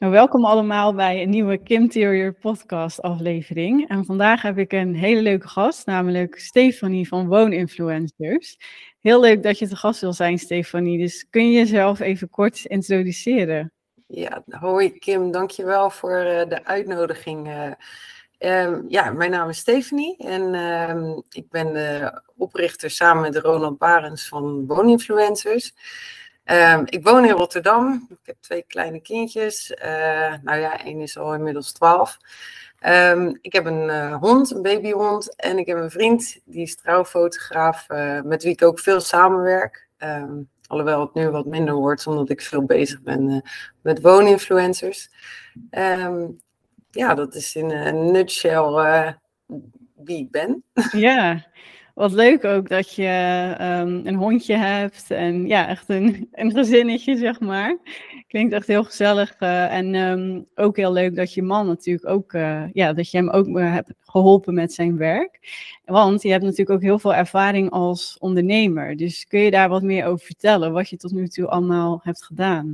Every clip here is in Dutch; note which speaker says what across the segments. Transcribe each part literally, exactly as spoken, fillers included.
Speaker 1: Nou, welkom allemaal bij een nieuwe Kim Terrier podcast aflevering. En vandaag heb ik een hele leuke gast, namelijk Stefanie van Wooninfluencers. Heel leuk dat je te gast wil zijn, Stefanie. Dus kun je jezelf even kort introduceren?
Speaker 2: Ja, hoi Kim, dankjewel voor uh, de uitnodiging. Uh, um, ja, mijn naam is Stefanie en um, ik ben de oprichter samen met Ronald Barends van Wooninfluencers. Um, ik woon in Rotterdam, ik heb twee kleine kindjes. Uh, nou ja, één is al inmiddels twaalf. Um, ik heb een uh, hond, een babyhond, en ik heb een vriend, die is trouwfotograaf, uh, met wie ik ook veel samenwerk. Um, Alhoewel het nu wat minder wordt, omdat ik veel bezig ben uh, met wooninfluencers. Um, ja, dat is in een nutshell uh, wie ik ben.
Speaker 1: Ja, wat leuk ook dat je um, een hondje hebt en ja, echt een, een gezinnetje, zeg maar. Klinkt echt heel gezellig uh, en um, ook heel leuk dat je man natuurlijk ook, uh, ja, dat je hem ook uh, hebt geholpen met zijn werk. Want je hebt natuurlijk ook heel veel ervaring als ondernemer. Dus kun je daar wat meer over vertellen, wat je tot nu toe allemaal hebt gedaan?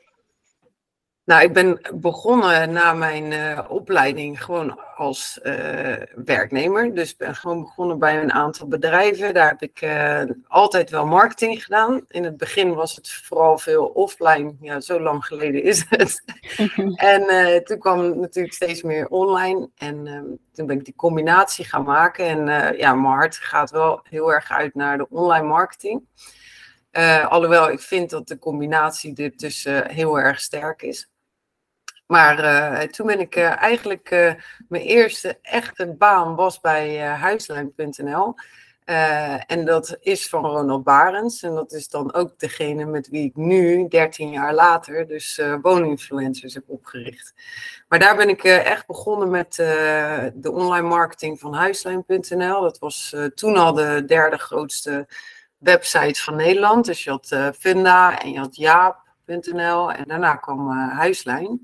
Speaker 2: Nou, ik ben begonnen na mijn uh, opleiding gewoon als uh, werknemer. Dus ik ben gewoon begonnen bij een aantal bedrijven. Daar heb ik uh, altijd wel marketing gedaan. In het begin was het vooral veel offline. Ja, zo lang geleden is het. En uh, toen kwam natuurlijk steeds meer online. En uh, toen ben ik die combinatie gaan maken. En uh, ja, mijn hart gaat wel heel erg uit naar de online marketing. Uh, alhoewel ik vind dat de combinatie ertussen heel erg sterk is. Maar uh, toen ben ik uh, eigenlijk, uh, mijn eerste echte baan was bij uh, huislijn punt n l. Uh, en dat is van Ronald Barends. En dat is dan ook degene met wie ik nu, dertien jaar later, dus uh, Wooninfluencers heb opgericht. Maar daar ben ik uh, echt begonnen met uh, de online marketing van huislijn punt n l. Dat was uh, toen al de derde grootste website van Nederland. Dus je had uh, Funda en je had jaap punt n l en daarna kwam uh, Huislijn.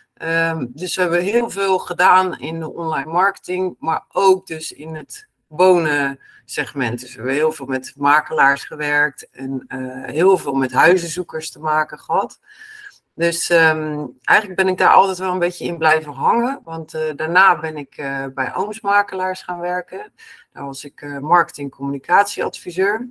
Speaker 2: Um, dus we hebben heel veel gedaan in de online marketing, maar ook dus in het wonen segment. Dus we hebben heel veel met makelaars gewerkt en uh, heel veel met huizenzoekers te maken gehad. Dus um, eigenlijk ben ik daar altijd wel een beetje in blijven hangen, want uh, daarna ben ik uh, bij Oomsmakelaars gaan werken. Daar was ik uh, marketing-communicatieadviseur.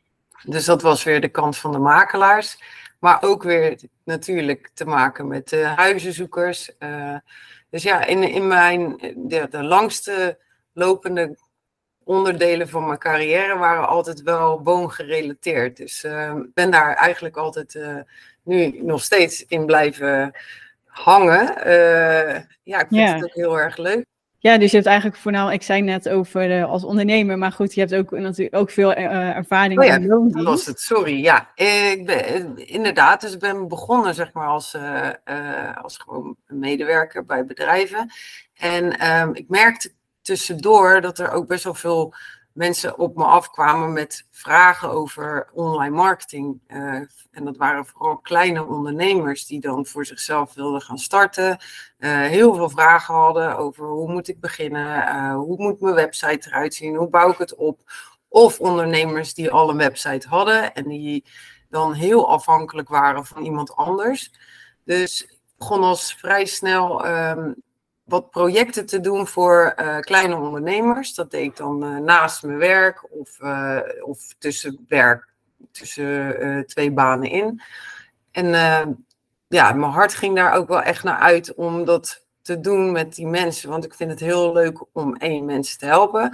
Speaker 2: Dus dat was weer de kant van de makelaars. Maar ook weer natuurlijk te maken met uh, huizenzoekers. Uh, dus ja, in, in mijn de, de langste lopende onderdelen van mijn carrière waren altijd wel woongerelateerd. Dus ik uh, ben daar eigenlijk altijd uh, nu nog steeds in blijven hangen. Uh, ja, ik vind
Speaker 1: Ja.
Speaker 2: het ook heel erg leuk.
Speaker 1: Ja, dus je hebt eigenlijk voornamelijk, ik zei net over uh, als ondernemer, maar goed, je hebt ook natuurlijk ook veel uh, ervaring
Speaker 2: oh ja,
Speaker 1: in loondienst.
Speaker 2: Dat was het, sorry. Ja, ik ben, inderdaad, dus ik ben begonnen zeg maar als, uh, uh, als gewoon medewerker bij bedrijven. En um, ik merkte tussendoor dat er ook best wel veel mensen op me afkwamen met vragen over online marketing. Uh, en dat waren vooral kleine ondernemers die dan voor zichzelf wilden gaan starten. Uh, heel veel vragen hadden over hoe moet ik beginnen, uh, hoe moet mijn website eruit zien, hoe bouw ik het op. Of ondernemers die al een website hadden en die dan heel afhankelijk waren van iemand anders. Dus ik begon als vrij snel um, wat projecten te doen voor uh, kleine ondernemers. Dat deed ik dan uh, naast mijn werk of, uh, of tussen werk, tussen uh, twee banen in. En uh, ja, mijn hart ging daar ook wel echt naar uit om dat te doen met die mensen. Want ik vind het heel leuk om één mensen te helpen.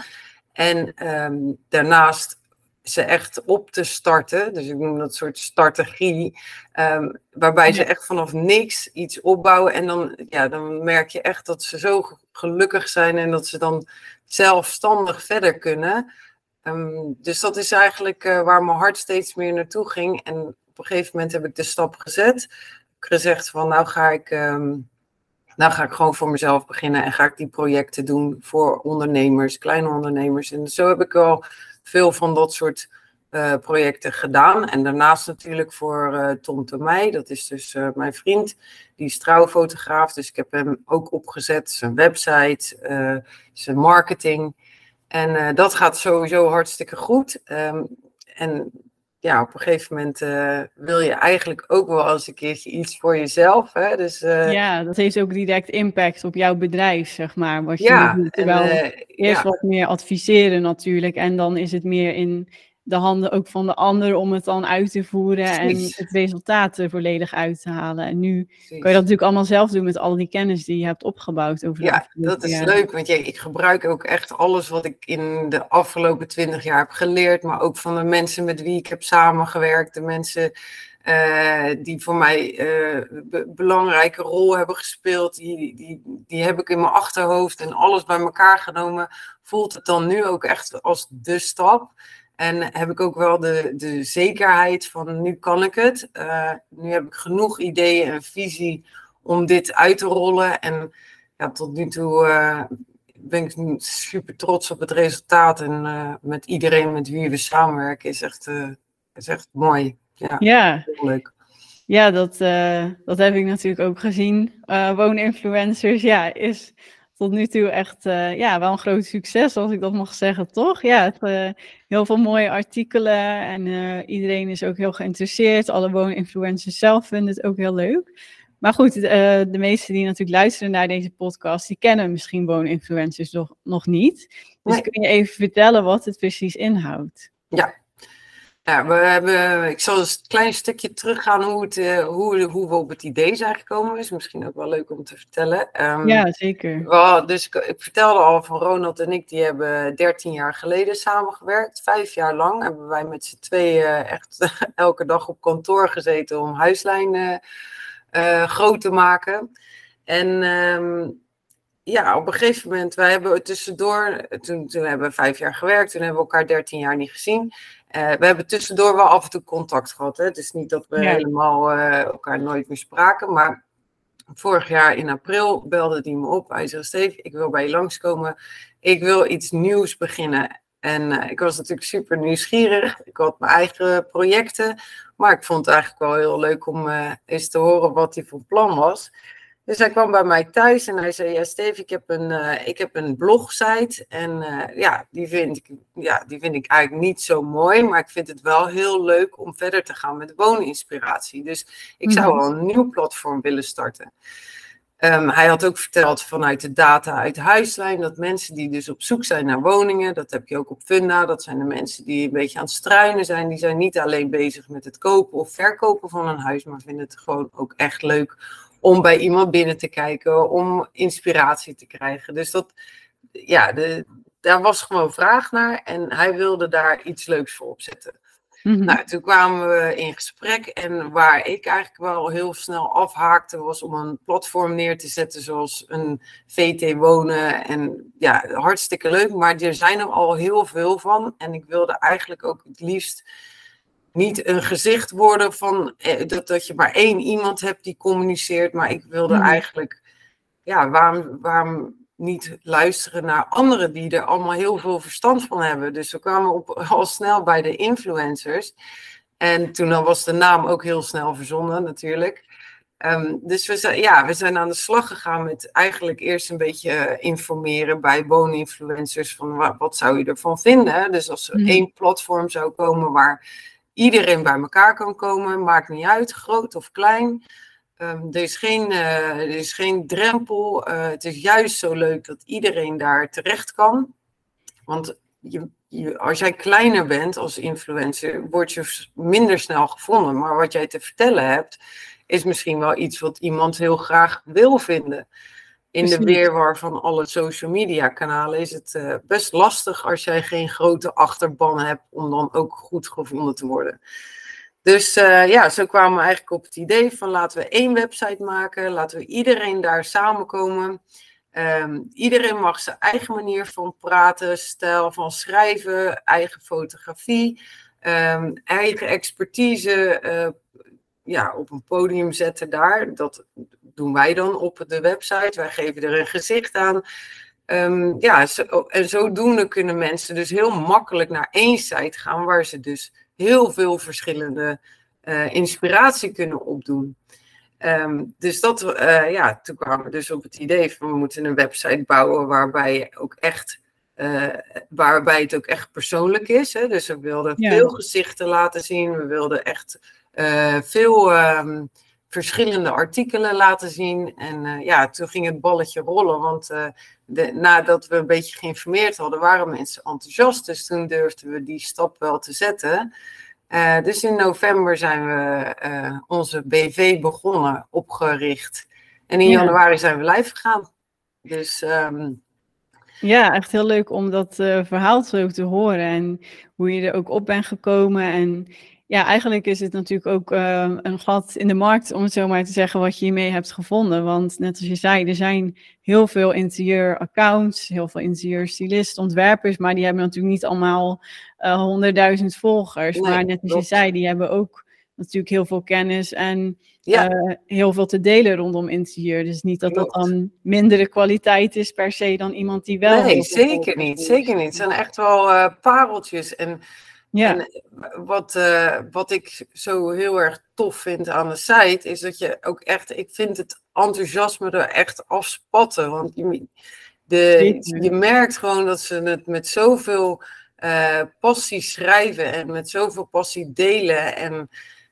Speaker 2: En um, daarnaast ze echt op te starten. Dus ik noem dat soort strategie. Um, waarbij ze echt vanaf niks iets opbouwen. En dan, ja, dan merk je echt dat ze zo gelukkig zijn. En dat ze dan zelfstandig verder kunnen. Um, dus dat is eigenlijk uh, waar mijn hart steeds meer naartoe ging. En op een gegeven moment heb ik de stap gezet. Ik heb gezegd van nou ga ik... Um, Nou ga ik gewoon voor mezelf beginnen en ga ik die projecten doen voor ondernemers, kleine ondernemers. En zo heb ik wel veel van dat soort uh, projecten gedaan. En daarnaast natuurlijk voor uh, Tom Tomei, dat is dus uh, mijn vriend, die is trouwfotograaf. Dus ik heb hem ook opgezet, zijn website, uh, zijn marketing. En uh, dat gaat sowieso hartstikke goed. Um, en ja, op een gegeven moment uh, wil je eigenlijk ook wel eens een keertje iets voor jezelf. Hè? Dus, uh,
Speaker 1: ja, dat heeft ook direct impact op jouw bedrijf, zeg maar, wat je nu
Speaker 2: ja,
Speaker 1: doet. Terwijl
Speaker 2: en, uh,
Speaker 1: eerst
Speaker 2: ja.
Speaker 1: wat meer adviseren natuurlijk. En dan is het meer in de handen ook van de ander om het dan uit te voeren
Speaker 2: Precies.
Speaker 1: en het resultaat er volledig uit te halen. En nu
Speaker 2: Precies.
Speaker 1: kan je dat natuurlijk allemaal zelf doen met al die kennis die je hebt opgebouwd over de
Speaker 2: ja,
Speaker 1: afgelopen
Speaker 2: dat is
Speaker 1: jaren.
Speaker 2: leuk, want ja, ik gebruik ook echt alles wat ik in de afgelopen twintig jaar heb geleerd, maar ook van de mensen met wie ik heb samengewerkt, de mensen uh, die voor mij een uh, be- belangrijke rol hebben gespeeld, die, die, die heb ik in mijn achterhoofd en alles bij elkaar genomen, voelt het dan nu ook echt als de stap. En heb ik ook wel de, de zekerheid van nu kan ik het. Uh, nu heb ik genoeg ideeën en visie om dit uit te rollen. En ja, tot nu toe uh, ben ik super trots op het resultaat. En uh, met iedereen met wie we samenwerken is echt, uh, is echt mooi. Ja,
Speaker 1: Ja.
Speaker 2: heel leuk.
Speaker 1: Ja, dat, uh, dat heb ik natuurlijk ook gezien. Uh, Wooninfluencers, ja, is tot nu toe echt uh, ja, wel een groot succes, als ik dat mag zeggen, toch? Ja, het, uh, heel veel mooie artikelen en uh, iedereen is ook heel geïnteresseerd. Alle wooninfluencers zelf vinden het ook heel leuk. Maar goed, uh, de meesten die natuurlijk luisteren naar deze podcast, die kennen misschien wooninfluencers nog, nog niet. Dus
Speaker 2: Nee.
Speaker 1: kun je even vertellen wat het precies inhoudt?
Speaker 2: Ja. Ja, we hebben, ik zal eens een klein stukje teruggaan hoe, het, uh, hoe, hoe we op het idee zijn gekomen. Is misschien ook wel leuk om te vertellen. Um,
Speaker 1: ja, zeker.
Speaker 2: Well, dus ik, ik vertelde al van Ronald en ik, die hebben dertien jaar geleden samengewerkt. Vijf jaar lang hebben wij met z'n tweeën echt elke dag op kantoor gezeten om huislijnen uh, groot te maken. En um, ja, op een gegeven moment, wij hebben tussendoor, toen, toen hebben we vijf jaar gewerkt, toen hebben we elkaar dertien jaar niet gezien. Uh, we hebben tussendoor wel af en toe contact gehad. Hè? Het is niet dat we ja. helemaal uh, elkaar nooit meer spraken, maar vorig jaar in april belde hij me op. Hij zei, Steve, ik wil bij je langskomen. Ik wil iets nieuws beginnen. En uh, ik was natuurlijk super nieuwsgierig. Ik had mijn eigen projecten, maar ik vond het eigenlijk wel heel leuk om uh, eens te horen wat hij voor plan was. Dus hij kwam bij mij thuis en hij zei, ja Steve, ik heb een, uh, ik heb een blogsite en uh, ja, die vind, ik, ja, die vind ik eigenlijk niet zo mooi, maar ik vind het wel heel leuk om verder te gaan met wooninspiratie. Dus ik zou wel een nieuw platform willen starten. Um, hij had ook verteld vanuit de data uit Huislijn, dat mensen die dus op zoek zijn naar woningen, dat heb je ook op Funda, dat zijn de mensen die een beetje aan het struinen zijn, die zijn niet alleen bezig met het kopen of verkopen van een huis, maar vinden het gewoon ook echt leuk om bij iemand binnen te kijken, om inspiratie te krijgen. Dus dat, ja, de, daar was gewoon vraag naar en hij wilde daar iets leuks voor opzetten. Mm-hmm. Nou, toen kwamen we in gesprek en waar ik eigenlijk wel heel snel afhaakte was om een platform neer te zetten zoals een V T Wonen. En ja, hartstikke leuk, maar er zijn er al heel veel van en ik wilde eigenlijk ook het liefst niet een gezicht worden van eh, dat, dat je maar één iemand hebt die communiceert, maar ik wilde mm. eigenlijk, ja, waarom, waarom niet luisteren naar anderen die er allemaal heel veel verstand van hebben. Dus we kwamen op, al snel bij de influencers. En toen dan was de naam ook heel snel verzonnen natuurlijk. Um, dus we zijn, ja, we zijn aan de slag gegaan met eigenlijk eerst een beetje informeren bij wooninfluencers van wat, wat zou je ervan vinden. Dus als er mm. één platform zou komen waar iedereen bij elkaar kan komen, maakt niet uit, groot of klein. Um, er, is geen, uh, er is geen drempel. Uh, het is juist zo leuk dat iedereen daar terecht kan. Want je, je, als jij kleiner bent als influencer, word je minder snel gevonden. Maar wat jij te vertellen hebt, is misschien wel iets wat iemand heel graag wil vinden. In Precies. de weerwar van alle social media kanalen is het uh, best lastig als jij geen grote achterban hebt om dan ook goed gevonden te worden. Dus uh, ja, zo kwamen we eigenlijk op het idee van laten we één website maken, laten we iedereen daar samenkomen. Um, iedereen mag zijn eigen manier van praten, stijl van schrijven, eigen fotografie, um, eigen expertise uh, ja, op een podium zetten daar. Dat doen wij dan op de website. Wij geven er een gezicht aan. Um, ja, zo, en zodoende kunnen mensen dus heel makkelijk naar één site gaan waar ze dus heel veel verschillende uh, inspiratie kunnen opdoen. Um, dus dat, uh, ja, toen kwamen we dus op het idee van we moeten een website bouwen waarbij je ook echt uh, waarbij het ook echt persoonlijk is. Hè? Dus we wilden
Speaker 1: Ja.
Speaker 2: veel gezichten laten zien. We wilden echt uh, veel um, verschillende artikelen laten zien. En uh, ja, toen ging het balletje rollen. Want uh, de, nadat we een beetje geïnformeerd hadden, waren mensen enthousiast. Dus toen durfden we die stap wel te zetten. Uh, dus in november zijn we uh, onze B V begonnen, opgericht. En in ja. januari zijn we live gegaan. Dus, um...
Speaker 1: ja, echt heel leuk om dat uh, verhaal zo te horen. En hoe je er ook op bent gekomen. En ja, eigenlijk is het natuurlijk ook uh, een gat in de markt, om het zo maar te zeggen, wat je hiermee hebt gevonden. Want net als je zei, er zijn heel veel interieuraccounts, heel veel interieurstylisten, ontwerpers, maar die hebben natuurlijk niet allemaal honderdduizend uh, volgers. Nee, maar net als klopt. je zei, die hebben ook natuurlijk heel veel kennis en ja. uh, heel veel te delen rondom interieur. Dus niet dat klopt. dat dan mindere kwaliteit is per se dan iemand die wel...
Speaker 2: Nee, zeker niet, zeker niet. Het zijn echt wel uh, pareltjes en... Ja. En wat, uh, wat ik zo heel erg tof vind aan de site, is dat je ook echt, ik vind het enthousiasme er echt afspatten. Want je, de, je merkt gewoon dat ze het met zoveel uh, passie schrijven en met zoveel passie delen. En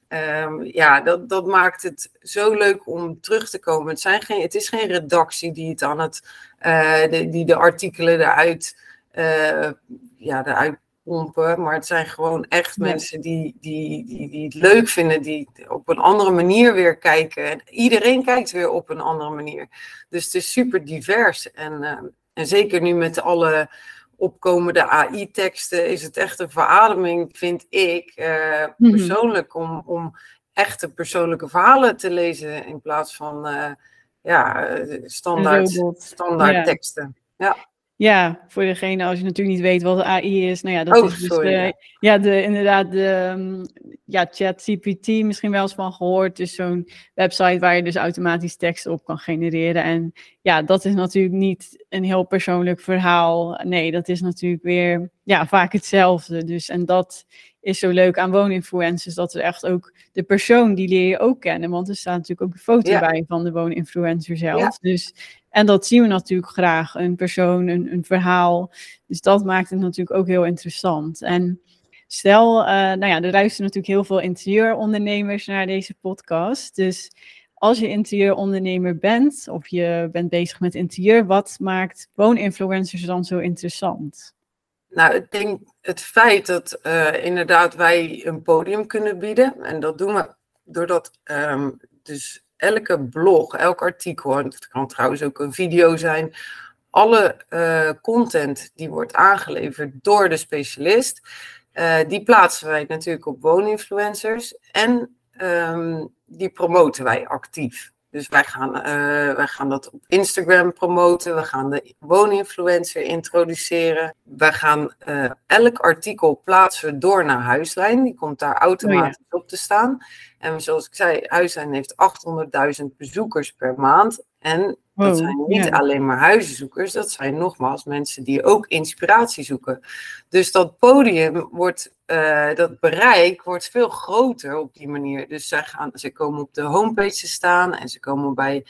Speaker 2: um, ja, dat, dat maakt het zo leuk om terug te komen. Het, zijn geen, het is geen redactie die het aan het, uh, de, die de artikelen eruit, uh, ja, eruit pompen, maar het zijn gewoon echt ja. mensen die, die, die, die het leuk vinden, die op een andere manier weer kijken. En iedereen kijkt weer op een andere manier. Dus het is super divers. En, uh, en zeker nu met alle opkomende A I-teksten is het echt een verademing, vind ik, uh, mm-hmm. persoonlijk, om, om echte persoonlijke verhalen te lezen in plaats van uh, ja, standaard, standaard ja. teksten. Ja.
Speaker 1: Ja, voor degene als je natuurlijk niet weet wat de A I is. Nou ja, dat
Speaker 2: oh,
Speaker 1: is dus
Speaker 2: sorry,
Speaker 1: de,
Speaker 2: ja.
Speaker 1: ja, de, inderdaad de um, ja, ChatGPT misschien wel eens van gehoord. Dus zo'n website waar je dus automatisch teksten op kan genereren. En ja, dat is natuurlijk niet een heel persoonlijk verhaal. Nee, dat is natuurlijk weer ja, vaak hetzelfde. Dus, en dat is zo leuk aan wooninfluencers. Dat er echt ook de persoon, die leer je ook kennen. Want er staat natuurlijk ook een foto ja. bij van de wooninfluencer zelf. Ja. Dus... En dat zien we natuurlijk graag, een persoon, een, een verhaal. Dus dat maakt het natuurlijk ook heel interessant. En stel, uh, nou ja, er luisteren natuurlijk heel veel interieurondernemers naar deze podcast. Dus als je interieurondernemer bent, of je bent bezig met interieur, wat maakt wooninfluencers dan zo interessant?
Speaker 2: Nou, ik denk het feit dat uh, inderdaad wij een podium kunnen bieden. En dat doen we doordat um, dus... elke blog, elk artikel, en het kan trouwens ook een video zijn, alle uh, content die wordt aangeleverd door de specialist, uh, die plaatsen wij natuurlijk op wooninfluencers en um, die promoten wij actief. Dus wij gaan, uh, wij gaan dat op Instagram promoten, we gaan de wooninfluencer introduceren. Wij gaan uh, elk artikel plaatsen door naar Huislijn, die komt daar automatisch oh ja. op te staan. En zoals ik zei, Huislijn heeft achthonderdduizend bezoekers per maand. En dat oh, zijn niet ja. alleen maar huizenzoekers, dat zijn nogmaals mensen die ook inspiratie zoeken. Dus dat podium wordt, uh, dat bereik wordt veel groter op die manier. Dus zij, gaan, zij komen op de homepage te staan en ze komen bij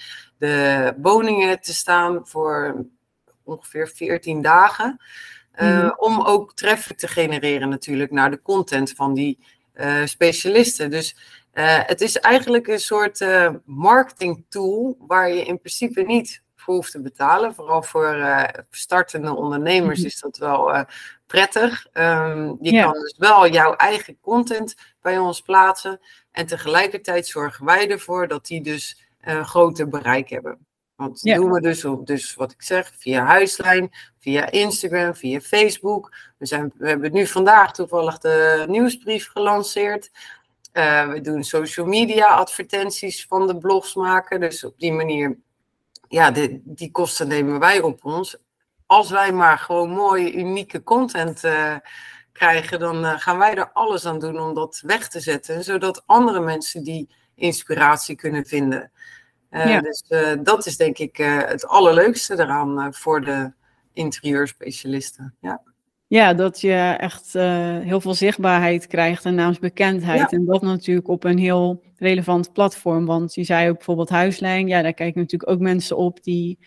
Speaker 2: de woningen te staan voor ongeveer veertien dagen. Uh, mm. Om ook traffic te genereren natuurlijk naar de content van die uh, specialisten. Dus Uh, het is eigenlijk een soort uh, marketing tool waar je in principe niet voor hoeft te betalen. Vooral voor uh, startende ondernemers is dat wel uh, prettig. Um, je ja. kan dus wel jouw eigen content bij ons plaatsen. En tegelijkertijd zorgen wij ervoor dat die dus een uh, groter bereik hebben. Want dat ja. doen we dus, op, dus wat ik zeg, via Huislijn, via Instagram, via Facebook. We, zijn, we hebben nu vandaag toevallig de nieuwsbrief gelanceerd. Uh, we doen social media advertenties van de blogs maken. Dus op die manier, ja, de, die kosten nemen wij op ons. Als wij maar gewoon mooie, unieke content uh, krijgen, dan uh, gaan wij er alles aan doen om dat weg te zetten. Zodat andere mensen die inspiratie kunnen vinden. Uh, ja. Dus uh, dat is denk ik uh, het allerleukste eraan uh, voor de interieurspecialisten. Ja.
Speaker 1: Ja, dat je echt uh, heel veel zichtbaarheid krijgt en naamsbekendheid. Ja. En dat natuurlijk op een heel relevant platform. Want je zei ook bijvoorbeeld Huislijn. Ja, daar kijken natuurlijk ook mensen op die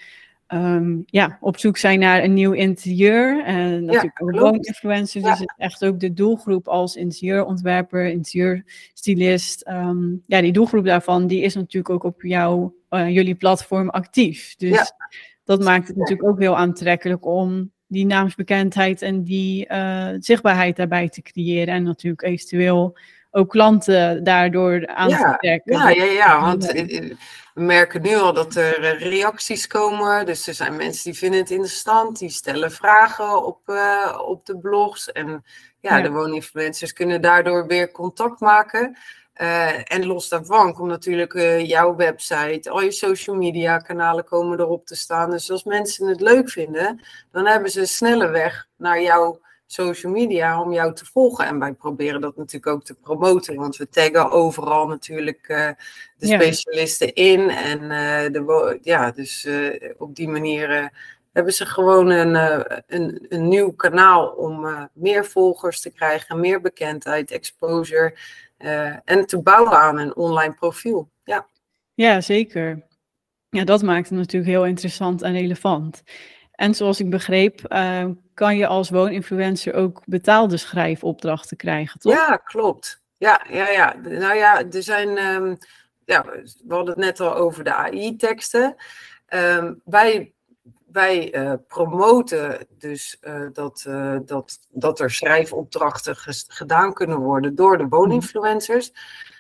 Speaker 1: um, ja, op zoek zijn naar een nieuw interieur. En natuurlijk
Speaker 2: Ja,
Speaker 1: ook
Speaker 2: klopt.
Speaker 1: wooninfluencers.
Speaker 2: Ja.
Speaker 1: Dus echt ook de doelgroep als interieurontwerper, interieurstylist. Um, ja, die doelgroep daarvan, die is natuurlijk ook op jouw, uh, jullie platform actief. Dus
Speaker 2: Ja.
Speaker 1: dat maakt het natuurlijk ook heel aantrekkelijk om die naamsbekendheid en die uh, zichtbaarheid daarbij te creëren. En natuurlijk eventueel ook klanten daardoor aan
Speaker 2: ja,
Speaker 1: te trekken.
Speaker 2: Ja, ja, ja, want we merken nu al dat er reacties komen. Dus er zijn mensen die vinden het interessant, die stellen vragen op, uh, op de blogs. En ja, ja. de wooninfluencers kunnen daardoor weer contact maken. Uh, en los daarvan komt natuurlijk uh, jouw website, al je social media kanalen komen erop te staan. Dus als mensen het leuk vinden, dan hebben ze een snelle weg naar jouw social media om jou te volgen. En wij proberen dat natuurlijk ook te promoten, want we taggen overal natuurlijk uh, de specialisten ja. in. En uh, de, ja, dus uh, op die manier uh, hebben ze gewoon een, uh, een, een nieuw kanaal om uh, meer volgers te krijgen, meer bekendheid, exposure uh, en te bouwen aan een online profiel. Ja,
Speaker 1: ja zeker. Ja, dat maakt het natuurlijk heel interessant en relevant. En zoals ik begreep, uh, kan je als wooninfluencer ook betaalde schrijfopdrachten krijgen, toch?
Speaker 2: Ja, klopt. Ja, ja, ja. Nou ja, er zijn, um, ja, we hadden het net al over de A I-teksten. Um, wij wij uh, promoten dus uh, dat, uh, dat, dat er schrijfopdrachten ges- gedaan kunnen worden door de wooninfluencers.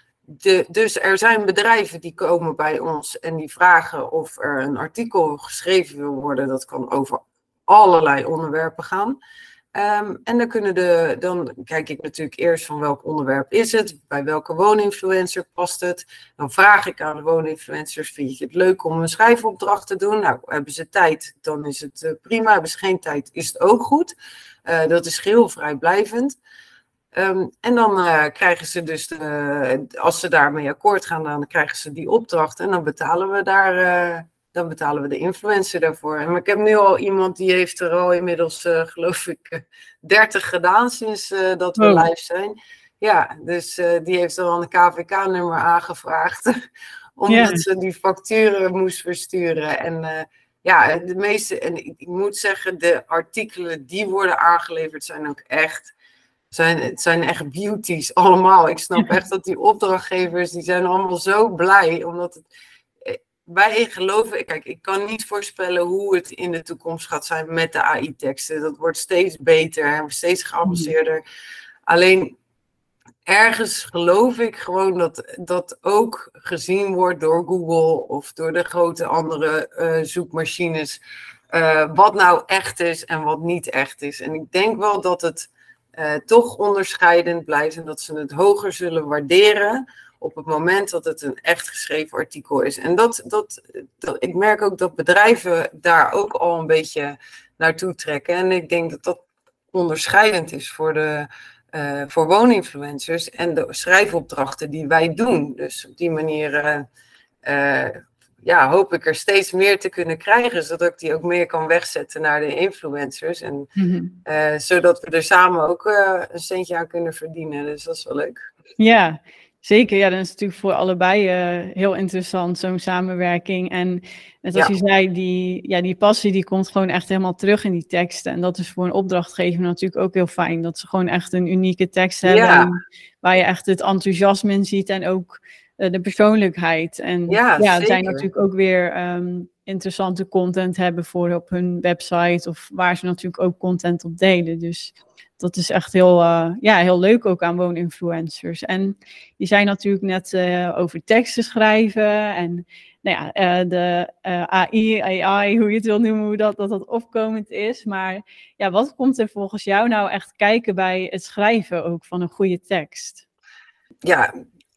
Speaker 2: De, dus er zijn bedrijven die komen bij ons en die vragen of er een artikel geschreven wil worden. Dat kan over allerlei onderwerpen gaan. Um, en dan, kunnen de, dan kijk ik natuurlijk eerst van welk onderwerp is het, bij welke wooninfluencer past het. Dan vraag ik aan de wooninfluencers, vind je het leuk om een schrijfopdracht te doen? Nou, hebben ze tijd, dan is het uh, prima. Hebben ze geen tijd, is het ook goed. Uh, dat is geheel vrijblijvend. Um, en dan uh, krijgen ze dus, de, als ze daarmee akkoord gaan, dan krijgen ze die opdracht en dan betalen we daar... Uh, dan betalen we de influencer daarvoor. En ik heb nu al iemand die heeft er al inmiddels, uh, geloof ik, uh, dertig gedaan sinds uh, dat we oh. live zijn. Ja, dus uh, die heeft al een K V K-nummer aangevraagd. omdat yeah. ze die facturen moest versturen. En uh, ja, de meeste, en ik, ik moet zeggen, de artikelen die worden aangeleverd zijn ook echt... Zijn, het zijn echt beauties allemaal. Ik snap echt dat die opdrachtgevers, die zijn allemaal zo blij, omdat het... Wij geloven, kijk, ik kan niet voorspellen hoe het in de toekomst gaat zijn met de A I-teksten. Dat wordt steeds beter en steeds geavanceerder. Alleen ergens geloof ik gewoon dat dat ook gezien wordt door Google of door de grote andere uh, zoekmachines. Uh, wat nou echt is en wat niet echt is. En ik denk wel dat het uh, toch onderscheidend blijft en dat ze het hoger zullen waarderen op het moment dat het een echt geschreven artikel is. En dat, dat, dat, ik merk ook dat bedrijven daar ook al een beetje naartoe trekken. En ik denk dat dat onderscheidend is voor, de, uh, voor wooninfluencers en de schrijfopdrachten die wij doen. Dus op die manier uh, uh, ja, hoop ik er steeds meer te kunnen krijgen, zodat ik die ook meer kan wegzetten naar de influencers. En, mm-hmm. uh, zodat we er samen ook uh, een centje aan kunnen verdienen. Dus dat is wel leuk.
Speaker 1: Ja, zeker, ja, dat is natuurlijk voor allebei uh, heel interessant, zo'n samenwerking. En net als ja. je zei, die, ja, die passie die komt gewoon echt helemaal terug in die teksten. En dat is voor een opdrachtgever natuurlijk ook heel fijn, dat ze gewoon echt een unieke tekst hebben, ja. waar je echt het enthousiasme in ziet en ook uh, de persoonlijkheid. En ja, ja zij natuurlijk ook weer um, interessante content hebben voor op hun website, of waar ze natuurlijk ook content op delen. Dus dat is echt heel, uh, ja, heel leuk ook aan wooninfluencers. En je zei natuurlijk net uh, over teksten schrijven en nou ja, uh, de uh, A I, A I, hoe je het wil noemen, hoe dat, dat dat opkomend is. Maar ja, wat komt er volgens jou nou echt kijken bij het schrijven ook van een goede tekst?
Speaker 2: Ja,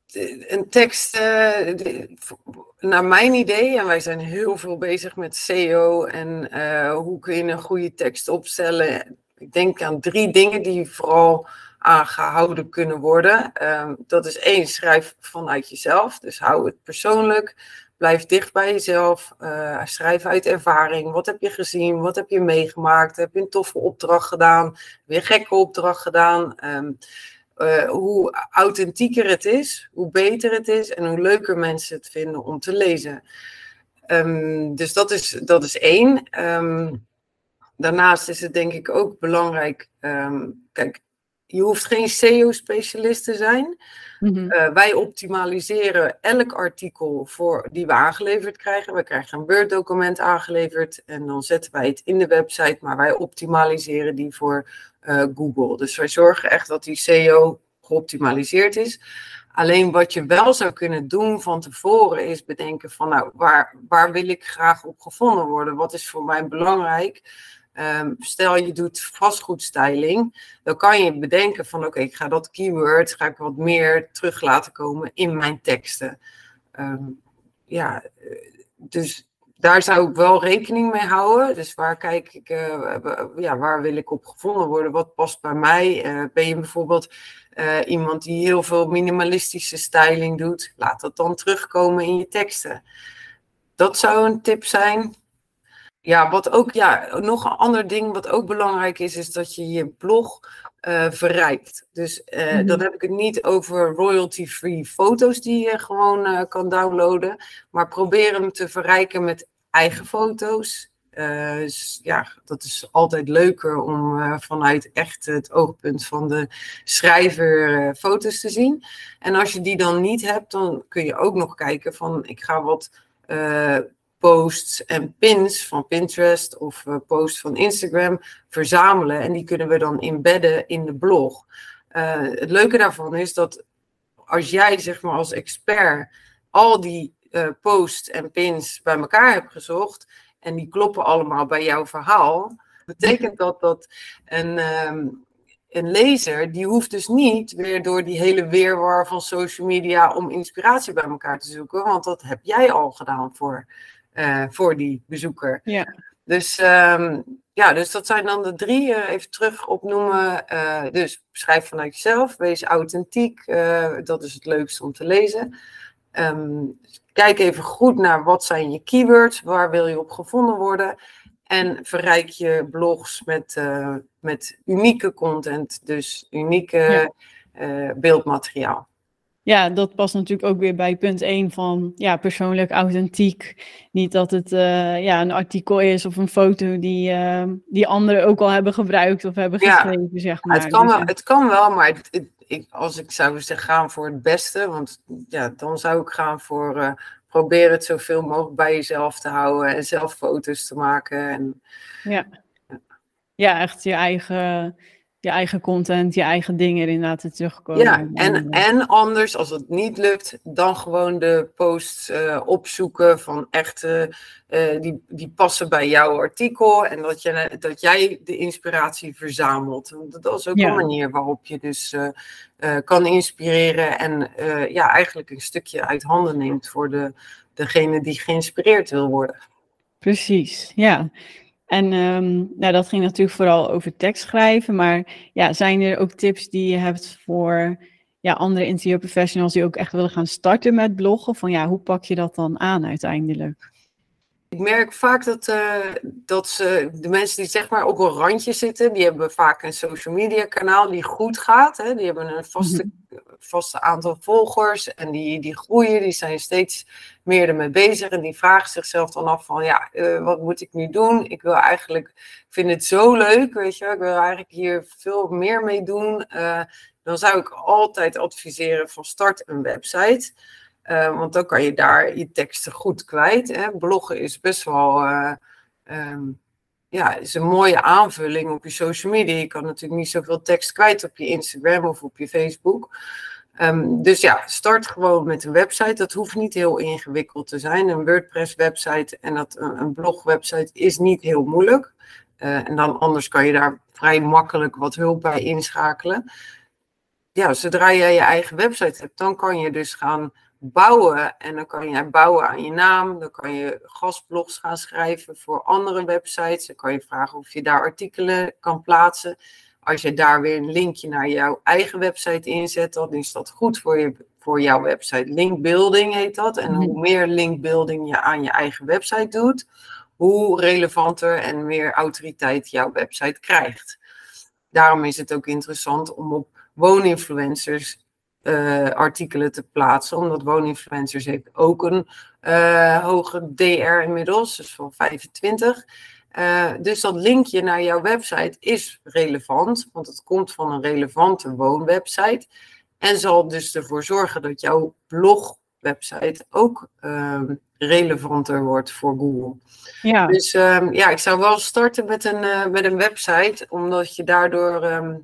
Speaker 2: een tekst, uh, de, naar mijn idee, en wij zijn heel veel bezig met S E O en uh, hoe kun je een goede tekst opstellen. Ik denk aan drie dingen die vooral aangehouden kunnen worden. Um, dat is één, schrijf vanuit jezelf. Dus hou het persoonlijk. Blijf dicht bij jezelf. Uh, schrijf uit ervaring. Wat heb je gezien? Wat heb je meegemaakt? Heb je een toffe opdracht gedaan? Heb je een gekke opdracht gedaan? Um, uh, hoe authentieker het is, hoe beter het is en hoe leuker mensen het vinden om te lezen. Um, dus dat is, dat is één. Um, daarnaast is het denk ik ook belangrijk. Um, kijk, je hoeft geen S E O-specialist te zijn.
Speaker 1: Mm-hmm.
Speaker 2: Uh, wij optimaliseren elk artikel voor, die we aangeleverd krijgen. We krijgen een Word-document aangeleverd en dan zetten wij het in de website, maar wij optimaliseren die voor uh, Google. Dus wij zorgen echt dat die S E O geoptimaliseerd is. Alleen wat je wel zou kunnen doen van tevoren is bedenken van nou, waar, waar wil ik graag op gevonden worden? Wat is voor mij belangrijk? Um, stel je doet vastgoedstyling, dan kan je bedenken van oké, okay, ik ga dat keyword, ga ik wat meer terug laten komen in mijn teksten. Um, ja, dus daar zou ik wel rekening mee houden. Dus waar kijk ik, uh, ja, waar wil ik op gevonden worden? Wat past bij mij? Uh, ben je bijvoorbeeld uh, iemand die heel veel minimalistische styling doet? Laat dat dan terugkomen in je teksten. Dat zou een tip zijn. Ja, wat ook, ja, nog een ander ding wat ook belangrijk is, is dat je je blog uh, verrijkt. Dus uh, mm-hmm. dan heb ik het niet over royalty-free foto's die je gewoon uh, kan downloaden, maar probeer hem te verrijken met eigen foto's. Uh, dus, ja, dat is altijd leuker om uh, vanuit echt het oogpunt van de schrijver uh, foto's te zien. En als je die dan niet hebt, dan kun je ook nog kijken van, ik ga wat Uh, posts en pins van Pinterest of uh, posts van Instagram verzamelen. En die kunnen we dan embedden in de blog. Uh, het leuke daarvan is dat als jij zeg maar als expert al die uh, posts en pins bij elkaar hebt gezocht en die kloppen allemaal bij jouw verhaal, betekent dat dat een, um, een lezer, die hoeft dus niet weer door die hele weerwar van social media om inspiratie bij elkaar te zoeken, want dat heb jij al gedaan voor Uh, voor die bezoeker.
Speaker 1: Ja.
Speaker 2: Dus, um, ja, dus dat zijn dan de drie. Uh, even terug opnoemen. Uh, dus schrijf vanuit jezelf. Wees authentiek. Uh, dat is het leukste om te lezen. Um, kijk even goed naar wat zijn je keywords. Waar wil je op gevonden worden? En verrijk je blogs met, uh, met unieke content. Dus unieke ja. uh, beeldmateriaal.
Speaker 1: Ja, dat past natuurlijk ook weer bij punt één van ja, persoonlijk authentiek. Niet dat het uh, ja, een artikel is of een foto die, uh, die anderen ook al hebben gebruikt of hebben geschreven, ja, zeg maar.
Speaker 2: Het kan,
Speaker 1: dus,
Speaker 2: wel, het kan wel, maar het, het, ik, als ik zou zeggen gaan voor het beste, want ja, dan zou ik gaan voor uh, proberen het zoveel mogelijk bij jezelf te houden en zelf foto's te maken. En,
Speaker 1: ja. ja, echt je eigen... je eigen content, je eigen dingen inderdaad er terugkomen.
Speaker 2: Ja, en, en anders, als het niet lukt, dan gewoon de posts uh, opzoeken van echte, uh, die, die passen bij jouw artikel en dat, je, dat jij de inspiratie verzamelt. Dat is ook ja. een manier waarop je dus uh, uh, kan inspireren en uh, ja, eigenlijk een stukje uit handen neemt voor de, degene die geïnspireerd wil worden.
Speaker 1: Precies, ja. En um, nou, dat ging natuurlijk vooral over tekst schrijven, maar ja, zijn er ook tips die je hebt voor ja, andere interieurprofessionals die ook echt willen gaan starten met bloggen? Van ja, hoe pak je dat dan aan uiteindelijk?
Speaker 2: Ik merk vaak dat, uh, dat ze, de mensen die zeg maar op een randje zitten, die hebben vaak een social media kanaal die goed gaat. Hè? Die hebben een vaste, vaste aantal volgers en die, die groeien, die zijn steeds meer ermee bezig. En die vragen zichzelf dan af van ja, uh, wat moet ik nu doen? Ik wil eigenlijk, ik vind het zo leuk, weet je, ik wil eigenlijk hier veel meer mee doen. Uh, dan zou ik altijd adviseren van start een website. Uh, want dan kan je daar je teksten goed kwijt. Hè. Bloggen is best wel uh, um, ja, is een mooie aanvulling op je social media. Je kan natuurlijk niet zoveel tekst kwijt op je Instagram of op je Facebook. Um, dus ja, start gewoon met een website. Dat hoeft niet heel ingewikkeld te zijn. Een WordPress website en dat, een, een blog website is niet heel moeilijk. Uh, en dan anders kan je daar vrij makkelijk wat hulp bij inschakelen. Ja, zodra jij je eigen website hebt, dan kan je dus gaan bouwen. En dan kan je bouwen aan je naam. Dan kan je gastblogs gaan schrijven voor andere websites. Dan kan je vragen of je daar artikelen kan plaatsen. Als je daar weer een linkje naar jouw eigen website inzet, dan is dat goed voor, je, voor jouw website. Linkbuilding heet dat. En hoe meer linkbuilding je aan je eigen website doet, hoe relevanter en meer autoriteit jouw website krijgt. Daarom is het ook interessant om op wooninfluencers uh, artikelen te plaatsen. Omdat Wooninfluencers heeft ook een uh, hoge D R inmiddels, dus van vijfentwintig. Uh, dus dat linkje naar jouw website is relevant, want het komt van een relevante woonwebsite. En zal dus ervoor zorgen dat jouw blogwebsite ook uh, relevanter wordt voor Google.
Speaker 1: Ja.
Speaker 2: Dus um, ja, ik zou wel starten met een, uh, met een website, omdat je daardoor, um,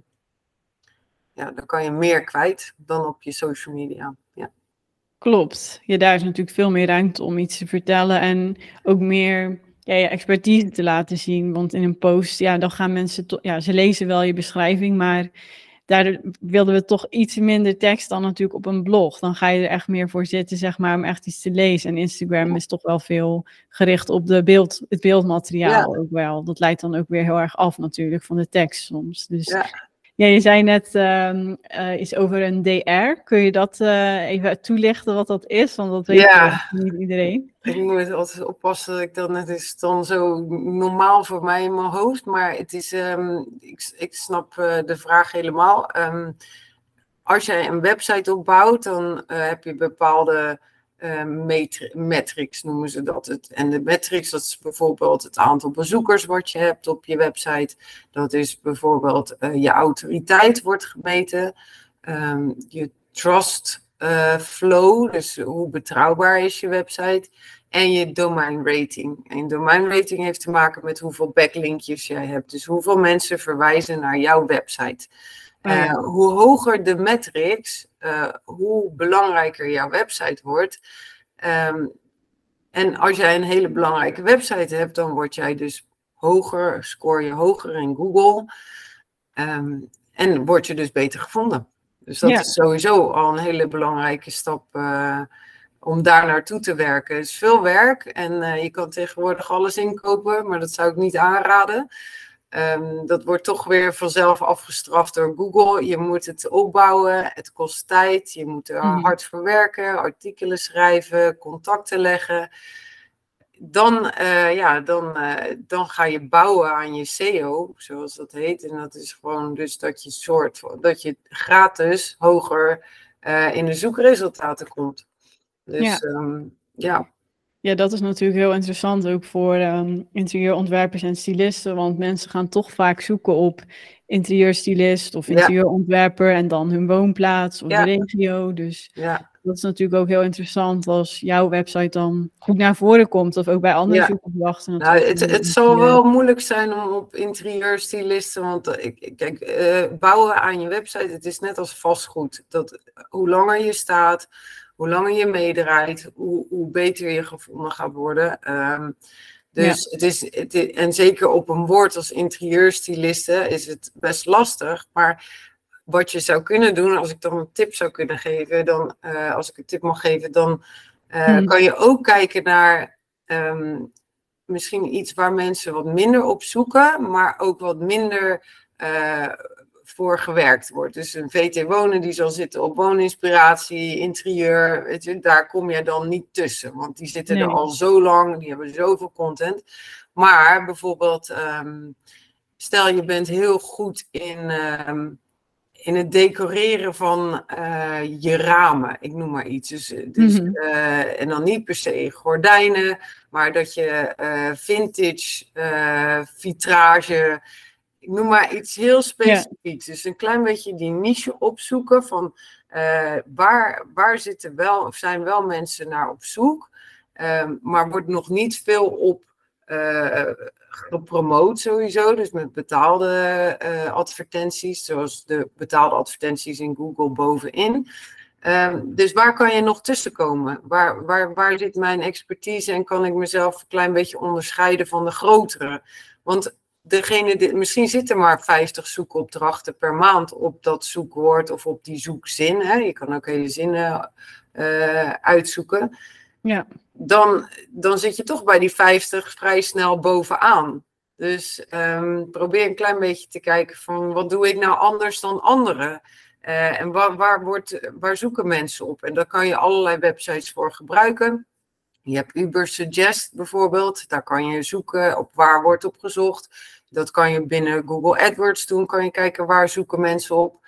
Speaker 2: ja, dan kan je meer kwijt dan op je social media. Ja.
Speaker 1: Klopt. Ja, daar is natuurlijk veel meer ruimte om iets te vertellen en ook meer ja, je expertise te laten zien. Want in een post, ja, dan gaan mensen, to- ja, ze lezen wel je beschrijving, maar daar wilden we toch iets minder tekst dan natuurlijk op een blog. Dan ga je er echt meer voor zitten, zeg maar, om echt iets te lezen. En Instagram is toch wel veel gericht op de beeld, het beeldmateriaal ja. ook wel. Dat leidt dan ook weer heel erg af natuurlijk van de tekst soms. Dus ja, ja je zei net um, uh, iets over een D R. Kun je dat uh, even toelichten wat dat is? Want dat weet ja. niet iedereen.
Speaker 2: Ik moet altijd oppassen dat ik dat net is dan zo normaal voor mij in mijn hoofd. Maar het is, um, ik, ik snap uh, de vraag helemaal. Um, als jij een website opbouwt, dan uh, heb je bepaalde uh, metri- metrics, noemen ze dat. Het. En de metrics, dat is bijvoorbeeld het aantal bezoekers wat je hebt op je website. Dat is bijvoorbeeld uh, je autoriteit wordt gemeten. Um, je trust uh, flow, dus hoe betrouwbaar is je website. En je domain rating. En domain rating heeft te maken met hoeveel backlinkjes jij hebt. Dus hoeveel mensen verwijzen naar jouw website. Uh, oh ja. Hoe hoger de metrics, uh, hoe belangrijker jouw website wordt. Um, en als jij een hele belangrijke website hebt, dan word jij dus hoger, score je hoger in Google. Um, en word je dus beter gevonden. Dus dat ja. is sowieso al een hele belangrijke stap uh, om daar naartoe te werken. Het is veel werk en uh, je kan tegenwoordig alles inkopen, maar dat zou ik niet aanraden. Um, dat wordt toch weer vanzelf afgestraft door Google. Je moet het opbouwen, het kost tijd, je moet er mm. hard voor werken, artikelen schrijven, contacten leggen. Dan, uh, ja, dan, uh, dan ga je bouwen aan je S E O, zoals dat heet. En dat is gewoon dus dat je, soort, dat je gratis hoger uh, in de zoekresultaten komt. Dus ja. Um, ja.
Speaker 1: Ja, dat is natuurlijk heel interessant ook voor um, interieurontwerpers en stylisten. Want mensen gaan toch vaak zoeken op interieurstylist of interieurontwerper en dan hun woonplaats of ja. de regio. Dus ja. dat is natuurlijk ook heel interessant als jouw website dan goed naar voren komt. Of ook bij andere ja. zoekopdrachten.
Speaker 2: Nou, het, het zal wel moeilijk zijn om op interieurstylisten, want uh, kijk, uh, bouwen aan je website, het is net als vastgoed. Dat, hoe langer je staat, hoe langer je meedraait, hoe, hoe beter je gevonden gaat worden. Um, dus ja. het is, het is, en zeker op een woord als interieurstyliste is het best lastig. Maar wat je zou kunnen doen, als ik dan een tip zou kunnen geven, dan, uh, als ik een tip mag geven, dan uh, hmm. kan je ook kijken naar um, misschien iets waar mensen wat minder op zoeken, maar ook wat minder Uh, voor gewerkt wordt. Dus een V T Wonen die zal zitten op wooninspiratie, interieur, weet je, daar kom je dan niet tussen. Want die zitten nee. er al zo lang, die hebben zoveel content. Maar bijvoorbeeld, um, stel je bent heel goed in, um, in het decoreren van uh, je ramen, ik noem maar iets. Dus, dus, mm-hmm. uh, en dan niet per se gordijnen, maar dat je uh, vintage, uh, vitrage, ik noem maar iets heel specifieks. Ja. Dus een klein beetje die niche opzoeken van uh, waar, waar zitten wel of zijn wel mensen naar op zoek. Um, maar wordt nog niet veel op uh, gepromoot sowieso. Dus met betaalde uh, advertenties. Zoals de betaalde advertenties in Google bovenin. Um, dus waar kan je nog tussenkomen? Waar, waar, waar zit mijn expertise en kan ik mezelf een klein beetje onderscheiden van de grotere? Want degene die, misschien zitten maar vijftig zoekopdrachten per maand op dat zoekwoord of op die zoekzin. Hè? Je kan ook hele zinnen uh, uitzoeken.
Speaker 1: Ja.
Speaker 2: Dan, dan zit je toch bij die vijftig vrij snel bovenaan. Dus um, probeer een klein beetje te kijken van wat doe ik nou anders dan anderen? Uh, en waar, waar, wordt, waar zoeken mensen op? En daar kan je allerlei websites voor gebruiken. Je hebt Ubersuggest bijvoorbeeld. Daar kan je zoeken op waar wordt op gezocht. Dat kan je binnen Google AdWords doen. Kan je kijken waar zoeken mensen op.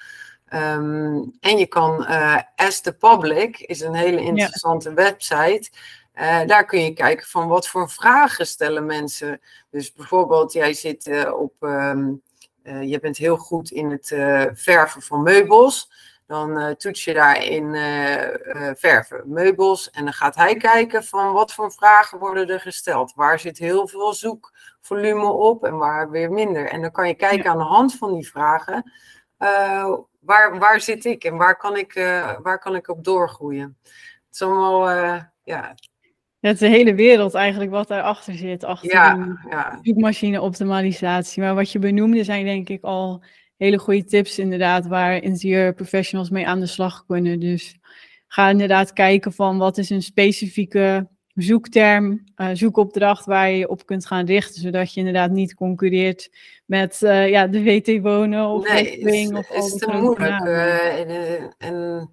Speaker 2: Um, en je kan uh, Ask the Public, is een hele interessante ja. website. Uh, daar kun je kijken van wat voor vragen stellen mensen. Dus bijvoorbeeld, jij zit uh, op, um, uh, je bent heel goed in het uh, verven van meubels. Dan uh, toets je daarin uh, uh, verven meubels. En dan gaat hij kijken van wat voor vragen worden er gesteld. Waar zit heel veel zoekvolume op en waar weer minder. En dan kan je kijken ja. aan de hand van die vragen. Uh, waar, waar zit ik en waar kan ik, uh, waar kan ik op doorgroeien? Het is allemaal, uh, ja...
Speaker 1: Het is de hele wereld eigenlijk wat daarachter zit. Achter
Speaker 2: ja,
Speaker 1: die
Speaker 2: ja.
Speaker 1: zoekmachine-optimalisatie. Maar wat je benoemde zijn denk ik al hele goede tips inderdaad. Waar interieurprofessionals mee aan de slag kunnen. Dus ga inderdaad kijken van wat is een specifieke zoekterm, uh, zoekopdracht waar je je op kunt gaan richten. Zodat je inderdaad niet concurreert met uh, ja, de W T Wonen of
Speaker 2: nee,
Speaker 1: Wing
Speaker 2: het
Speaker 1: of al
Speaker 2: is
Speaker 1: die
Speaker 2: te
Speaker 1: grote
Speaker 2: moeilijk.
Speaker 1: namen.
Speaker 2: Uh, en, en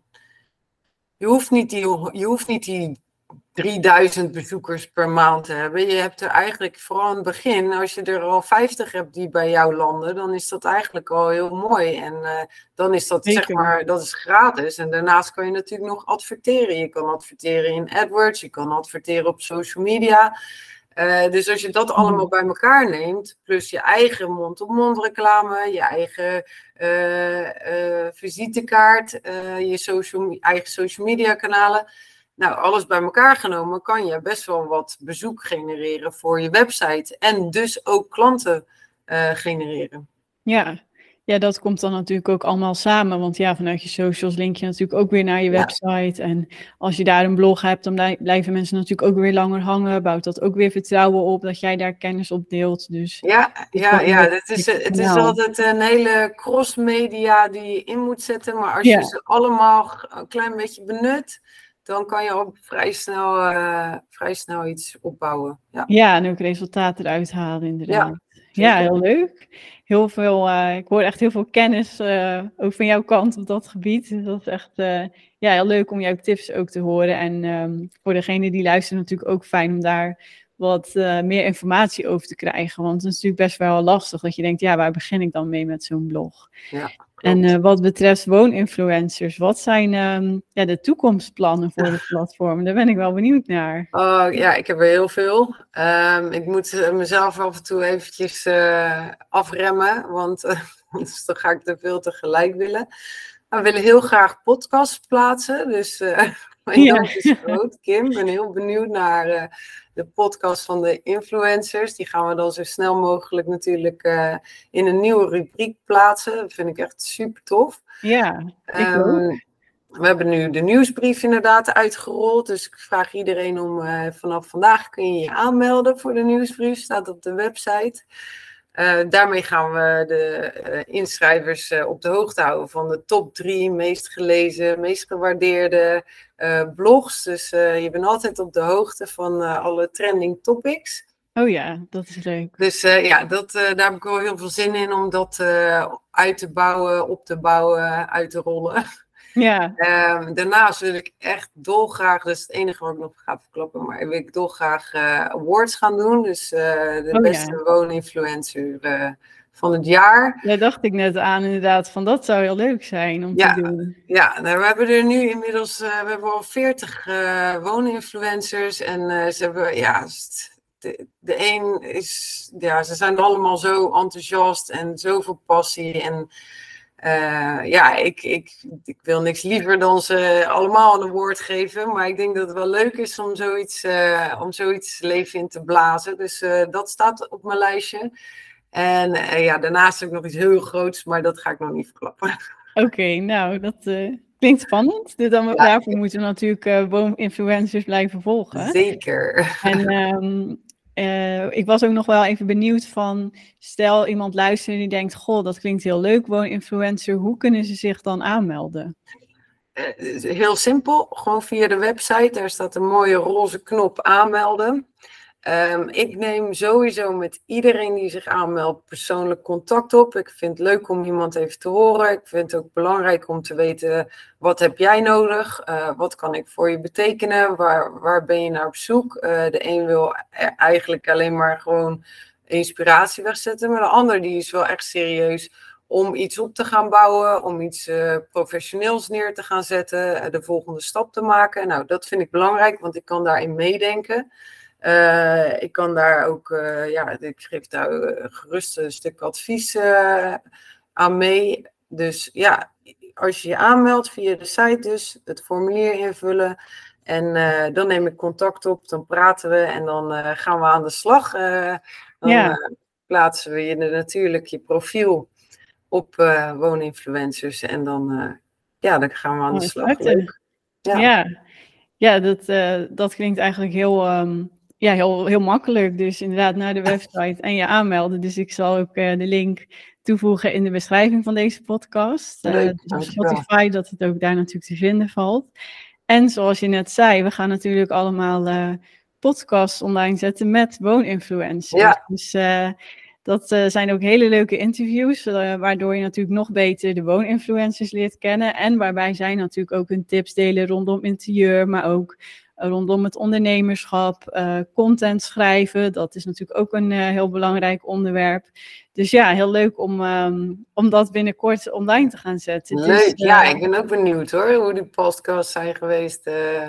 Speaker 2: je hoeft niet die... Je hoeft niet die drieduizend bezoekers per maand te hebben. Je hebt er eigenlijk, vooral in het begin, als je er al vijftig hebt die bij jou landen, dan is dat eigenlijk al heel mooi. En uh, dan is dat, Zeker. zeg maar, dat is gratis. En daarnaast kan je natuurlijk nog adverteren. Je kan adverteren in AdWords, je kan adverteren op social media. Uh, dus als je dat allemaal bij elkaar neemt, plus je eigen mond-op-mond reclame, je eigen uh, uh, visitekaart, uh, je social, eigen social media kanalen, nou, alles bij elkaar genomen kan je best wel wat bezoek genereren voor je website. En dus ook klanten uh, genereren.
Speaker 1: Ja. ja, dat komt dan natuurlijk ook allemaal samen. Want ja, vanuit je socials link je natuurlijk ook weer naar je website. Ja. En als je daar een blog hebt, dan blijven mensen natuurlijk ook weer langer hangen. Bouwt dat ook weer vertrouwen op dat jij daar kennis op deelt. Dus
Speaker 2: ja, ja, ja. Het is, het is altijd een hele cross-media die je in moet zetten. Maar als ja. je ze allemaal een klein beetje benut, dan kan je ook vrij snel, uh, vrij snel iets opbouwen. Ja,
Speaker 1: ja en ook resultaten eruit halen inderdaad. Ja, ja heel leuk. Heel veel, uh, ik hoor echt heel veel kennis, uh, ook van jouw kant op dat gebied. Dus dat is echt uh, ja, heel leuk om jouw tips ook te horen. En um, voor degene die luistert natuurlijk ook fijn om daar wat uh, meer informatie over te krijgen. Want het is natuurlijk best wel lastig dat je denkt, ja, waar begin ik dan mee met zo'n blog?
Speaker 2: Ja.
Speaker 1: En uh, wat betreft wooninfluencers, wat zijn um, ja, de toekomstplannen voor het platform? Daar ben ik wel benieuwd naar.
Speaker 2: Oh ja, ik heb er heel veel. Um, ik moet uh, mezelf af en toe eventjes uh, afremmen, want uh, dus dan ga ik te veel tegelijk willen. Maar we willen heel graag podcasts plaatsen, dus uh, mijn ja. doel is groot. Kim, ik ben heel benieuwd naar uh, de podcast van de influencers. Die gaan we dan zo snel mogelijk natuurlijk uh, in een nieuwe rubriek plaatsen. Dat vind ik echt super tof.
Speaker 1: Ja, ik
Speaker 2: um, ook. We hebben nu de nieuwsbrief inderdaad uitgerold. Dus ik vraag iedereen om uh, vanaf vandaag kun je je aanmelden voor de nieuwsbrief. Staat op de website. Uh, daarmee gaan we de uh, inschrijvers uh, op de hoogte houden van de top drie meest gelezen, meest gewaardeerde uh, blogs. Dus uh, je bent altijd op de hoogte van uh, alle trending topics.
Speaker 1: Oh ja, dat is leuk.
Speaker 2: Dus uh, ja, dat, uh, daar heb ik wel heel veel zin in om dat uh, uit te bouwen, op te bouwen, uit te rollen.
Speaker 1: Ja.
Speaker 2: Um, daarnaast wil ik echt dolgraag, dat is het enige wat ik nog ga verklappen, maar wil ik dolgraag uh, awards gaan doen. Dus uh, de oh, beste ja. wooninfluencer uh, van het jaar.
Speaker 1: Daar dacht ik net aan inderdaad, van dat zou heel leuk zijn om
Speaker 2: ja,
Speaker 1: te doen.
Speaker 2: Ja, nou, we hebben er nu inmiddels, uh, we hebben al veertig uh, wooninfluencers en uh, ze hebben, ja... De, de een is, ja, ze zijn allemaal zo enthousiast en zoveel passie en... Uh, ja, ik, ik, ik wil niks liever dan ze allemaal een award geven. Maar ik denk dat het wel leuk is om zoiets, uh, om zoiets leven in te blazen. Dus uh, dat staat op mijn lijstje. En uh, ja, daarnaast heb ik nog iets heel groots, maar dat ga ik nog niet verklappen.
Speaker 1: Oké, okay, nou, dat uh, klinkt spannend. Dus dan, ja, daarvoor ik... moeten we natuurlijk uh, wooninfluencers blijven volgen.
Speaker 2: Zeker.
Speaker 1: En... Um, Uh, ik was ook nog wel even benieuwd van, stel iemand luistert die denkt, goh, dat klinkt heel leuk, wooninfluencer, hoe kunnen ze zich dan aanmelden?
Speaker 2: Uh, heel simpel, gewoon via de website, daar staat een mooie roze knop aanmelden. Um, ik neem sowieso met iedereen die zich aanmeldt persoonlijk contact op. Ik vind het leuk om iemand even te horen. Ik vind het ook belangrijk om te weten, wat heb jij nodig? Uh, wat kan ik voor je betekenen? Waar, waar ben je naar op zoek? Uh, de een wil eigenlijk alleen maar gewoon inspiratie wegzetten. Maar de ander die is wel echt serieus om iets op te gaan bouwen, om iets uh, professioneels neer te gaan zetten, uh, de volgende stap te maken. Nou, dat vind ik belangrijk, want ik kan daarin meedenken. Uh, ik kan daar ook, uh, ja, ik geef daar uh, gerust een stuk advies uh, aan mee. Dus ja, als je je aanmeldt via de site dus, het formulier invullen. En uh, dan neem ik contact op, dan praten we en dan uh, gaan we aan de slag. Uh, dan ja. uh, plaatsen we je natuurlijk je profiel op uh, wooninfluencers en dan, uh, ja, dan gaan we aan oh, de slag. Leuk.
Speaker 1: Ja, ja. ja dat, uh, dat klinkt eigenlijk heel, um, ja, heel, heel makkelijk. Dus inderdaad naar de website en je aanmelden. Dus ik zal ook uh, de link toevoegen in de beschrijving van deze podcast. Uh,
Speaker 2: Leuk,
Speaker 1: dus op Spotify, dat het ook daar natuurlijk te vinden valt. En zoals je net zei, we gaan natuurlijk allemaal uh, podcasts online zetten met wooninfluencers.
Speaker 2: Ja.
Speaker 1: Dus uh, dat uh, zijn ook hele leuke interviews, uh, waardoor je natuurlijk nog beter de wooninfluencers leert kennen. En waarbij zij natuurlijk ook hun tips delen rondom interieur, maar ook uh, rondom het ondernemerschap, uh, content schrijven. Dat is natuurlijk ook een uh, heel belangrijk onderwerp. Dus ja, heel leuk om, um, om dat binnenkort online te gaan zetten.
Speaker 2: Leuk,
Speaker 1: dus, uh,
Speaker 2: ja, ik ben ook benieuwd hoor, hoe die podcasts zijn geweest. Uh...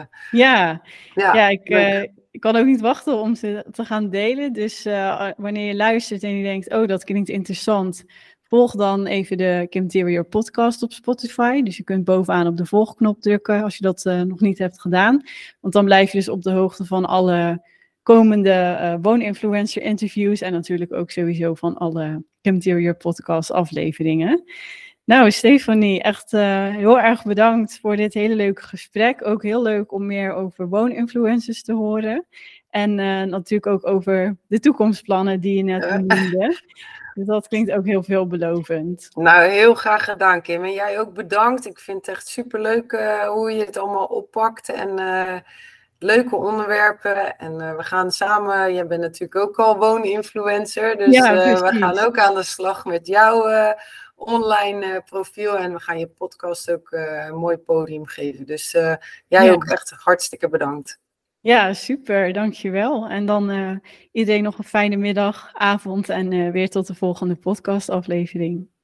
Speaker 1: Ja, ja, ja ik, uh, ik kan ook niet wachten om ze te gaan delen. Dus uh, wanneer je luistert en je denkt, oh, dat klinkt interessant, volg dan even de Kimterior podcast op Spotify. Dus je kunt bovenaan op de volgknop drukken als je dat uh, nog niet hebt gedaan. Want dan blijf je dus op de hoogte van alle komende uh, wooninfluencer interviews en natuurlijk ook sowieso van alle Kimterior podcast afleveringen. Nou, Stefanie, echt uh, heel erg bedankt voor dit hele leuke gesprek. Ook heel leuk om meer over wooninfluencers te horen. En uh, natuurlijk ook over de toekomstplannen die je net uh. noemde. Dus dat klinkt ook heel veelbelovend.
Speaker 2: Nou, heel graag gedaan, Kim. En jij ook bedankt. Ik vind het echt superleuk uh, hoe je het allemaal oppakt. En uh, leuke onderwerpen. En uh, we gaan samen, jij bent natuurlijk ook al wooninfluencer. Dus ja, uh, we gaan ook aan de slag met jou. Uh, online uh, profiel en we gaan je podcast ook uh, een mooi podium geven. Dus uh, jij ja. ook echt hartstikke bedankt.
Speaker 1: Ja, super, dankjewel. En dan uh, iedereen nog een fijne middag, avond en uh, weer tot de volgende podcastaflevering.